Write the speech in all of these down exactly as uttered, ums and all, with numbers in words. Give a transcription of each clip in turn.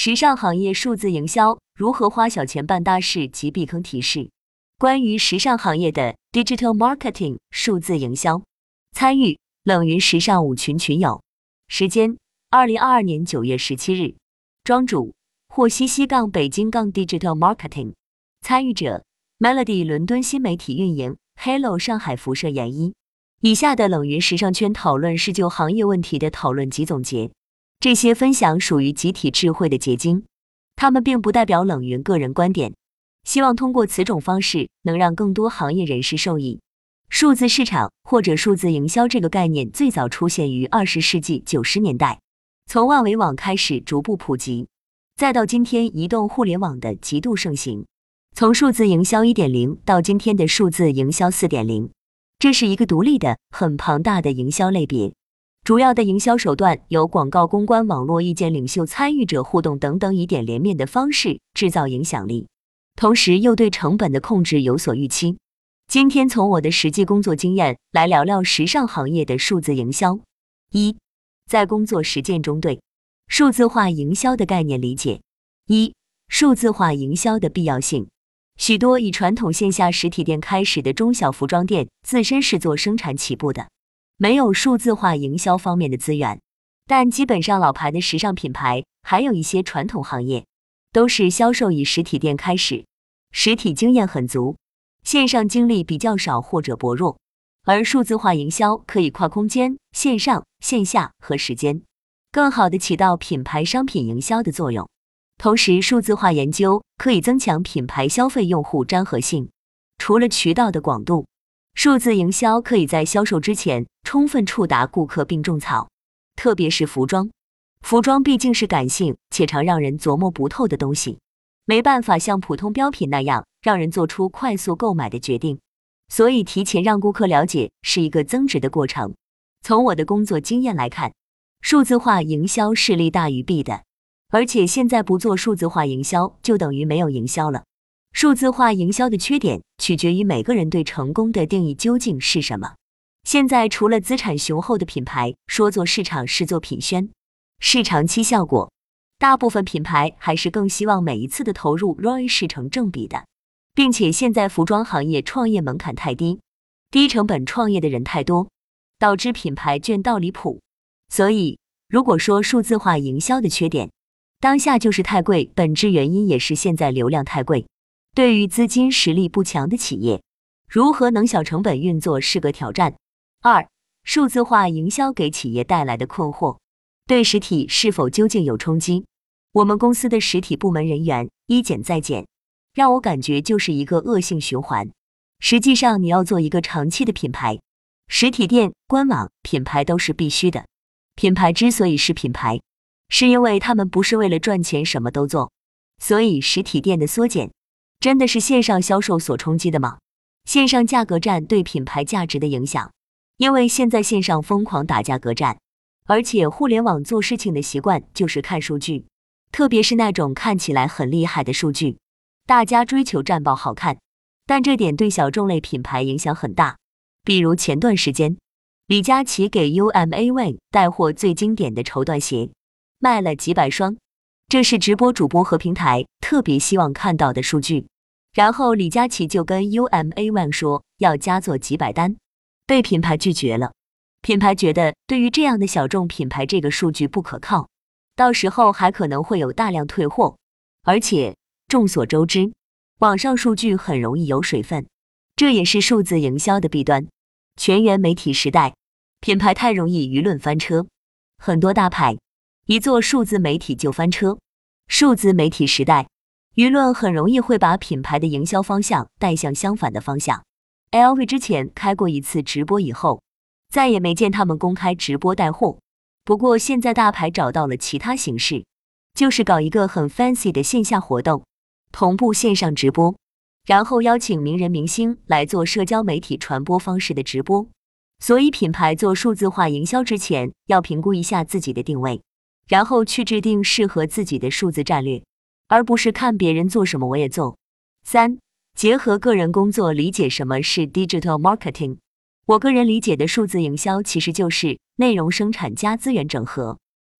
时尚行业数字营销如何花小钱办大事及避坑提示。关于时尚行业的 Digital Marketing 数字营销，参与冷云时尚五群群友。时间：二零二二年九月十七日。庄主：霍西西杠北京杠 Digital Marketing。参与者： Melody 伦敦新媒体运营 ，Hello 上海辐射研一。以下的冷云时尚圈讨论是就行业问题的讨论及总结。这些分享属于集体智慧的结晶，它们并不代表冷云个人观点。希望通过此种方式能让更多行业人士受益。数字市场或者数字营销这个概念最早出现于二十世纪九十年代，从万维网开始逐步普及，再到今天移动互联网的极度盛行，从数字营销 一点零 到今天的数字营销 四点零， 这是一个独立的很庞大的营销类别。主要的营销手段有广告、公关、网络、意见领袖、参与者互动等等，以点连面的方式制造影响力，同时又对成本的控制有所预期。今天从我的实际工作经验来聊聊时尚行业的数字营销。一，在工作实践中对数字化营销的概念理解。一、数字化营销的必要性。许多以传统线下实体店开始的中小服装店自身是做生产起步的，没有数字化营销方面的资源，但基本上老牌的时尚品牌还有一些传统行业都是销售以实体店开始，实体经验很足，线上经历比较少或者薄弱，而数字化营销可以跨空间、线上、线下和时间，更好地起到品牌商品营销的作用。同时，数字化研究可以增强品牌消费用户粘合性。除了渠道的广度，数字营销可以在销售之前充分触达顾客并种草，特别是服装。服装毕竟是感性且常让人琢磨不透的东西，没办法像普通标品那样让人做出快速购买的决定，所以提前让顾客了解是一个增值的过程。从我的工作经验来看，数字化营销是利大于弊的，而且现在不做数字化营销就等于没有营销了。数字化营销的缺点取决于每个人对成功的定义究竟是什么。现在除了资产雄厚的品牌说做市场是做品宣、市长期效果，大部分品牌还是更希望每一次的投入 R O I 是成正比的，并且现在服装行业创业门槛太低，低成本创业的人太多，导致品牌倦到离谱。所以如果说数字化营销的缺点，当下就是太贵，本质原因也是现在流量太贵。对于资金实力不强的企业，如何能小成本运作是个挑战。二、数字化营销给企业带来的困惑，对实体是否究竟有冲击？我们公司的实体部门人员一减再减，让我感觉就是一个恶性循环。实际上你要做一个长期的品牌，实体店、官网、品牌都是必须的。品牌之所以是品牌，是因为他们不是为了赚钱什么都做，所以实体店的缩减真的是线上销售所冲击的吗？线上价格战对品牌价值的影响，因为现在线上疯狂打价格战，而且互联网做事情的习惯就是看数据，特别是那种看起来很厉害的数据，大家追求战报好看，但这点对小众类品牌影响很大。比如前段时间，李佳琦给 U M A One 带货最经典的绸缎鞋，卖了几百双，这是直播主播和平台特别希望看到的数据。然后李佳琦就跟 U M A One 说要加做几百单，被品牌拒绝了。品牌觉得对于这样的小众品牌这个数据不可靠，到时候还可能会有大量退货。而且众所周知，网上数据很容易有水分，这也是数字营销的弊端。全员媒体时代，品牌太容易舆论翻车，很多大牌一做数字媒体就翻车。数字媒体时代，舆论很容易会把品牌的营销方向带向相反的方向。L V 之前开过一次直播以后，再也没见他们公开直播带货。不过现在大牌找到了其他形式，就是搞一个很 fancy 的线下活动，同步线上直播，然后邀请名人明星来做社交媒体传播方式的直播。所以品牌做数字化营销之前，要评估一下自己的定位，然后去制定适合自己的数字战略，而不是看别人做什么我也做。三、结合个人工作理解什么是 Digital Marketing。我个人理解的数字营销其实就是内容生产加资源整合。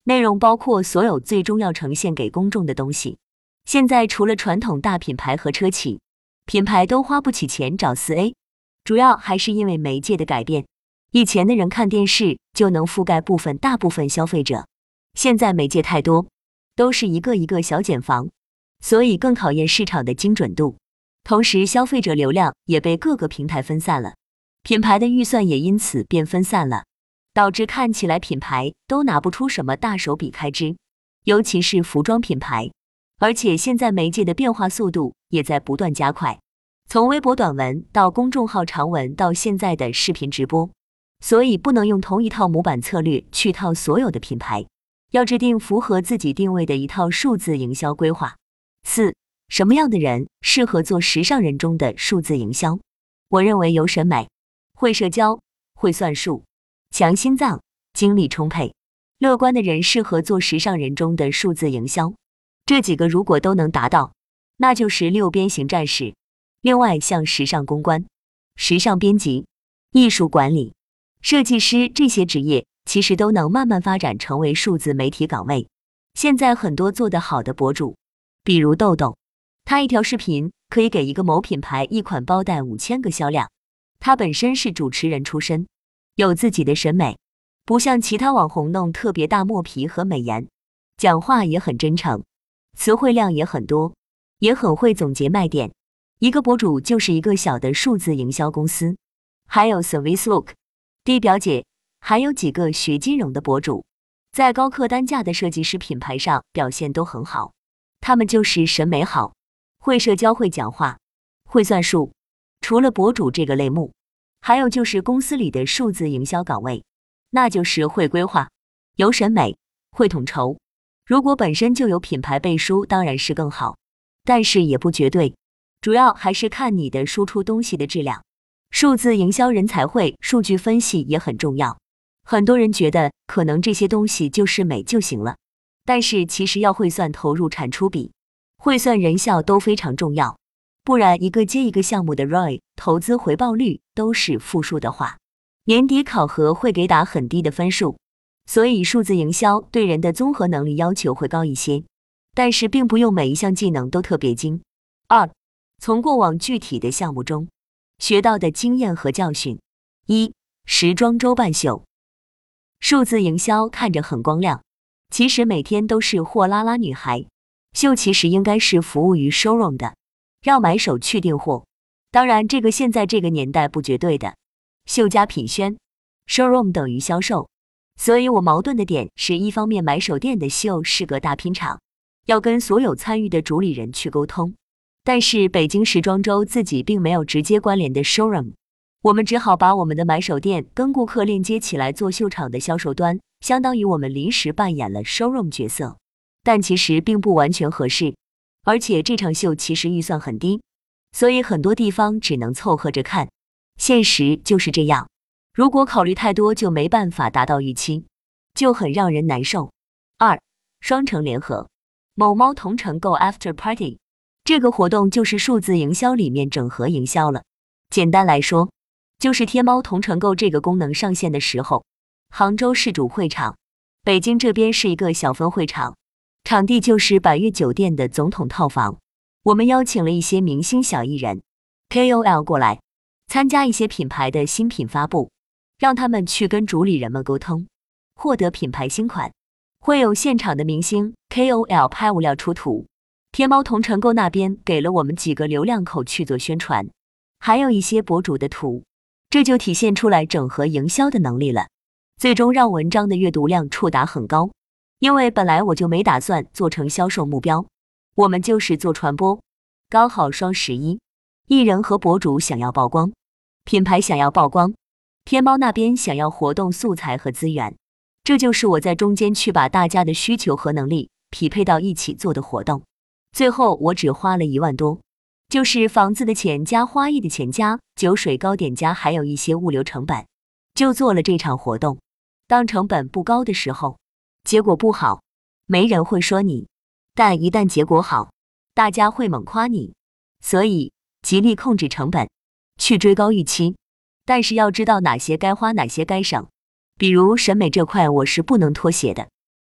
内容包括所有最终要呈现给公众的东西。现在除了传统大品牌和车企，品牌都花不起钱找 四 A， 主要还是因为媒介的改变。以前的人看电视就能覆盖部分大部分消费者，现在媒介太多，都是一个一个小茧房，所以更考验市场的精准度。同时消费者流量也被各个平台分散了，品牌的预算也因此变分散了，导致看起来品牌都拿不出什么大手笔开支，尤其是服装品牌。而且现在媒介的变化速度也在不断加快，从微博短文到公众号长文到现在的视频直播，所以不能用同一套模板策略去套所有的品牌，要制定符合自己定位的一套数字营销规划。四、什么样的人适合做时尚人中的数字营销？我认为有审美、会社交、会算数、强心脏、精力充沛、乐观的人适合做时尚人中的数字营销。这几个如果都能达到，那就是六边形战士。另外像时尚公关、时尚编辑、艺术管理、设计师这些职业其实都能慢慢发展成为数字媒体岗位。现在很多做得好的博主，比如豆豆，他一条视频可以给一个某品牌一款包袋五千个销量。他本身是主持人出身，有自己的审美，不像其他网红弄特别大磨皮和美颜，讲话也很真诚，词汇量也很多，也很会总结卖点。一个博主就是一个小的数字营销公司。还有 Service Look、D 表姐，还有几个学金融的博主，在高客单价的设计师品牌上表现都很好。他们就是审美好，会社交，会讲话，会算数。除了博主这个类目，还有就是公司里的数字营销岗位，那就是会规划、有审美、会统筹。如果本身就有品牌背书当然是更好，但是也不绝对，主要还是看你的输出东西的质量。数字营销人才会，数据分析也很重要。很多人觉得可能这些东西就是美就行了，但是其实要会算投入产出比，会算人效都非常重要，不然一个接一个项目的 R O I 投资回报率都是负数的话，年底考核会给打很低的分数。所以数字营销对人的综合能力要求会高一些，但是并不用每一项技能都特别精。二、从过往具体的项目中学到的经验和教训。一、时装周办秀。数字营销看着很光亮，其实每天都是货拉拉女孩。秀其实应该是服务于 showroom 的，让买手去订货。当然这个现在这个年代不绝对的，秀加品宣 showroom 等于销售。所以我矛盾的点是，一方面买手店的秀是个大拼场，要跟所有参与的主理人去沟通，但是北京时装周自己并没有直接关联的 showroom， 我们只好把我们的买手店跟顾客链接起来做秀场的销售端，相当于我们临时扮演了 showroom 角色，但其实并不完全合适。而且这场秀其实预算很低，所以很多地方只能凑合着看，现实就是这样。如果考虑太多就没办法达到预期，就很让人难受。二、双城联合，某猫同城购 After Party， 这个活动就是数字营销里面整合营销了。简单来说，就是天猫同城购这个功能上线的时候，杭州是主会场，北京这边是一个小分会场，场地就是百悦酒店的总统套房。我们邀请了一些明星小艺人 K O L 过来，参加一些品牌的新品发布，让他们去跟主理人们沟通，获得品牌新款。会有现场的明星 K O L 拍物料出图，天猫同城购那边给了我们几个流量口去做宣传，还有一些博主的图，这就体现出来整合营销的能力了，最终让文章的阅读量触达很高。因为本来我就没打算做成销售目标，我们就是做传播。刚好双十一，艺人和博主想要曝光，品牌想要曝光，天猫那边想要活动素材和资源，这就是我在中间去把大家的需求和能力匹配到一起做的活动。最后我只花了一万多，就是房子的钱加花艺的钱加酒水糕点加还有一些物流成本，就做了这场活动。当成本不高的时候，结果不好，没人会说你，但一旦结果好，大家会猛夸你。所以极力控制成本，去追高预期，但是要知道哪些该花哪些该省。比如审美这块我是不能妥协的，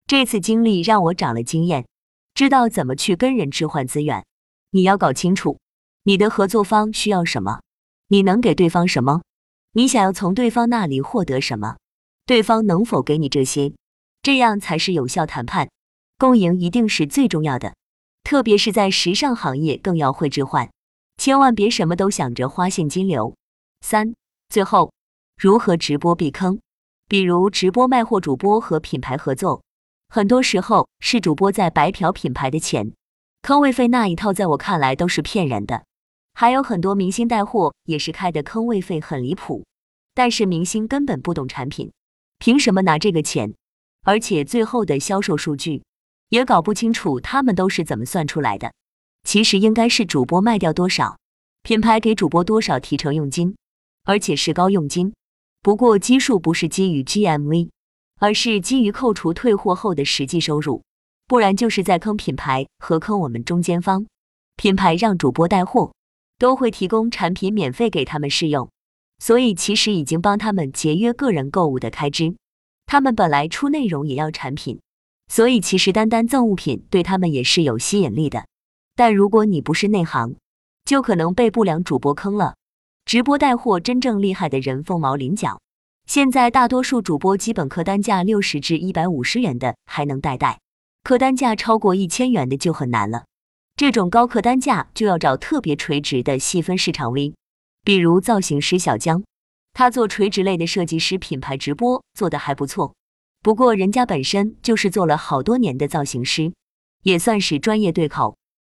这次经历让我长了经验，知道怎么去跟人置换资源。你要搞清楚，你的合作方需要什么，你能给对方什么，你想要从对方那里获得什么，对方能否给你这些，这样才是有效谈判。共赢一定是最重要的，特别是在时尚行业更要会置换，千万别什么都想着花现金流。三，最后，如何直播避坑？比如直播卖货主播和品牌合作，很多时候是主播在白嫖品牌的钱，坑位费那一套在我看来都是骗人的。还有很多明星带货也是开的坑位费很离谱，但是明星根本不懂产品，凭什么拿这个钱？而且最后的销售数据也搞不清楚他们都是怎么算出来的。其实应该是主播卖掉多少，品牌给主播多少提成佣金，而且是高佣金。不过基数不是基于 G M V， 而是基于扣除退货后的实际收入，不然就是在坑品牌和坑我们中间方。品牌让主播带货，都会提供产品免费给他们试用，所以其实已经帮他们节约个人购物的开支。他们本来出内容也要产品，所以其实单单赠物品对他们也是有吸引力的。但如果你不是内行，就可能被不良主播坑了。直播带货真正厉害的人凤毛麟角，现在大多数主播基本客单价六十至一百五十元的还能带带，客单价超过一千元的就很难了。这种高客单价就要找特别垂直的细分市场 V， 比如造型师小江，他做垂直类的设计师品牌直播做得还不错，不过人家本身就是做了好多年的造型师，也算是专业对口。